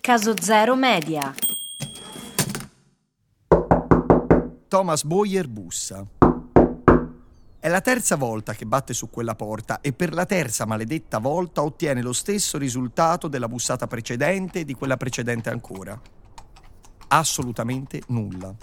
Caso Zero Media. Thomas Boyer bussa. È la terza volta che batte su quella porta e per la terza maledetta volta ottiene lo stesso risultato della bussata precedente e di quella precedente ancora. Assolutamente nulla.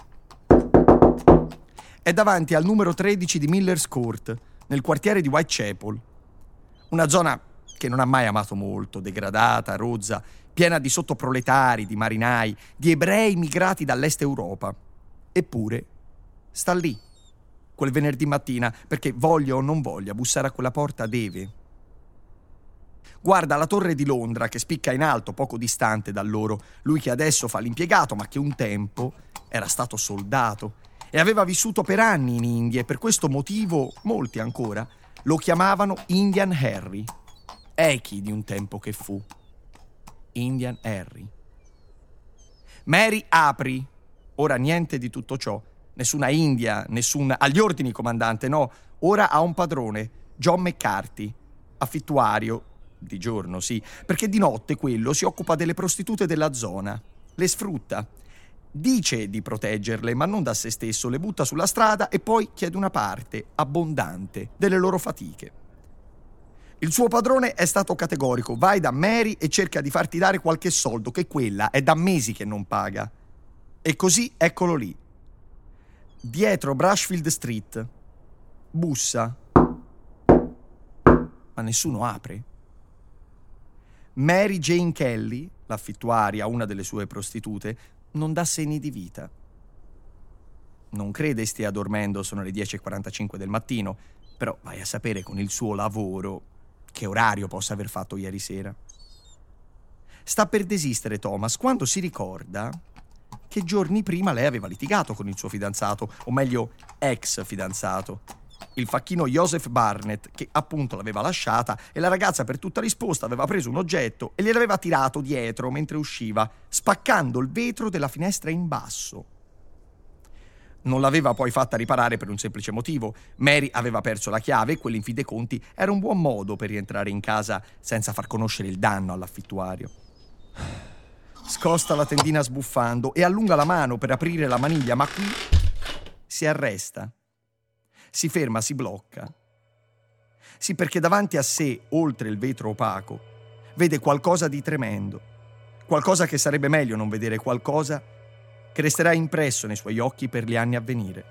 È davanti al numero 13 di Miller's Court, nel quartiere di Whitechapel. Una zona che non ha mai amato molto, degradata, rozza, piena di sottoproletari, di marinai, di ebrei migrati dall'est Europa. Eppure sta lì, quel venerdì mattina, perché voglia o non voglia, bussare a quella porta deve. Guarda la torre di Londra che spicca in alto poco distante da loro, lui che adesso fa l'impiegato ma che un tempo era stato soldato e aveva vissuto per anni in India e per questo motivo molti ancora lo chiamavano Indian Harry, echi di un tempo che fu. Indian Harry. Mary, apri. Ora niente di tutto ciò. Nessuna India, nessun... Agli ordini, comandante, no. Ora ha un padrone, John McCarthy, affittuario, di giorno, sì, perché di notte quello si occupa delle prostitute della zona. Le sfrutta. Dice di proteggerle, ma non da se stesso. Le butta sulla strada e poi chiede una parte, abbondante, delle loro fatiche. Il suo padrone è stato categorico. Vai da Mary e cerca di farti dare qualche soldo, che quella è da mesi che non paga. E così eccolo lì, dietro Brushfield Street. Bussa. Ma nessuno apre. Mary Jane Kelly, l'affittuaria, una delle sue prostitute, non dà segni di vita. Non crede stia dormendo, sono le 10:45 del mattino, però vai a sapere con il suo lavoro che orario possa aver fatto ieri sera. Sta per desistere Thomas quando si ricorda che giorni prima lei aveva litigato con il suo fidanzato, o meglio ex fidanzato, il facchino Joseph Barnett, che appunto l'aveva lasciata e la ragazza per tutta risposta aveva preso un oggetto e gliel'aveva tirato dietro mentre usciva, spaccando il vetro della finestra in basso. Non l'aveva poi fatta riparare per un semplice motivo. Mary aveva perso la chiave e quello in fin dei conti era un buon modo per rientrare in casa senza far conoscere il danno all'affittuario. Scosta la tendina sbuffando e allunga la mano per aprire la maniglia, ma qui si arresta. Si ferma, si blocca. Sì, perché davanti a sé, oltre il vetro opaco, vede qualcosa di tremendo. Qualcosa che sarebbe meglio non vedere, qualcosa che resterà impresso nei suoi occhi per gli anni a venire.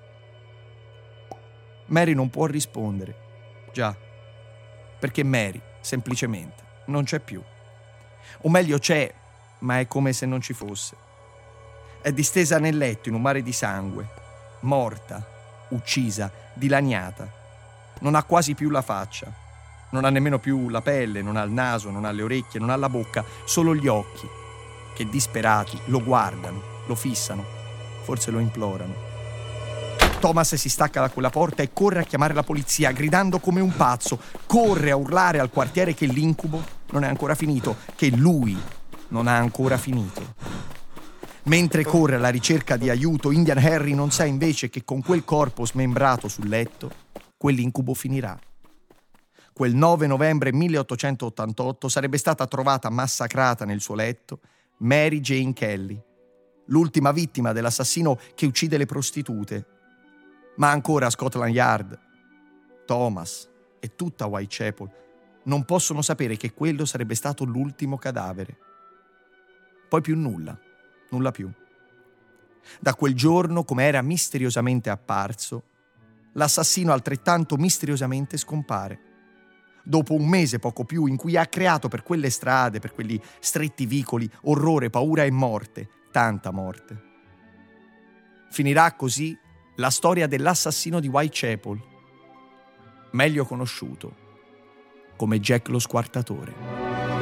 Mary non può rispondere. Già, perché Mary, semplicemente, non c'è più. O meglio c'è, ma è come se non ci fosse. È distesa nel letto in un mare di sangue, morta, uccisa, dilaniata. Non ha quasi più la faccia, non ha nemmeno più la pelle, non ha il naso, non ha le orecchie, non ha la bocca, solo gli occhi, che disperati lo guardano, lo fissano, forse lo implorano. Thomas si stacca da quella porta e corre a chiamare la polizia, gridando come un pazzo. Corre a urlare al quartiere che l'incubo non è ancora finito, che lui non ha ancora finito. Mentre corre alla ricerca di aiuto, Indian Harry non sa invece che con quel corpo smembrato sul letto, quell'incubo finirà. Quel 9 novembre 1888 sarebbe stata trovata massacrata nel suo letto Mary Jane Kelly, l'ultima vittima dell'assassino che uccide le prostitute. Ma ancora a Scotland Yard, Thomas e tutta Whitechapel non possono sapere che quello sarebbe stato l'ultimo cadavere. Poi più nulla più. Da quel giorno, come era misteriosamente apparso, l'assassino altrettanto misteriosamente scompare. Dopo un mese poco più in cui ha creato per quelle strade, per quegli stretti vicoli, orrore, paura e morte, tanta morte. Finirà così la storia dell'assassino di Whitechapel, meglio conosciuto come Jack lo Squartatore.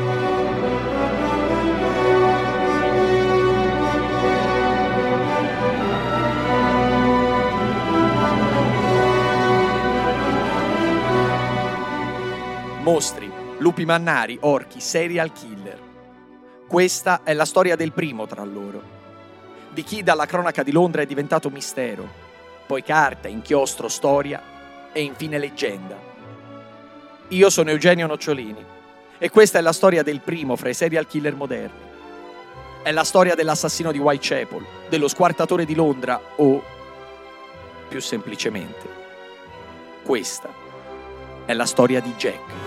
Mostri, lupi mannari, orchi, serial killer. Questa è la storia del primo tra loro, di chi dalla cronaca di Londra è diventato mistero, poi carta, inchiostro, storia e infine leggenda. Io sono Eugenio Nocciolini e questa è la storia del primo fra i serial killer moderni. È la storia dell'assassino di Whitechapel, dello squartatore di Londra o, più semplicemente, questa è la storia di Jack.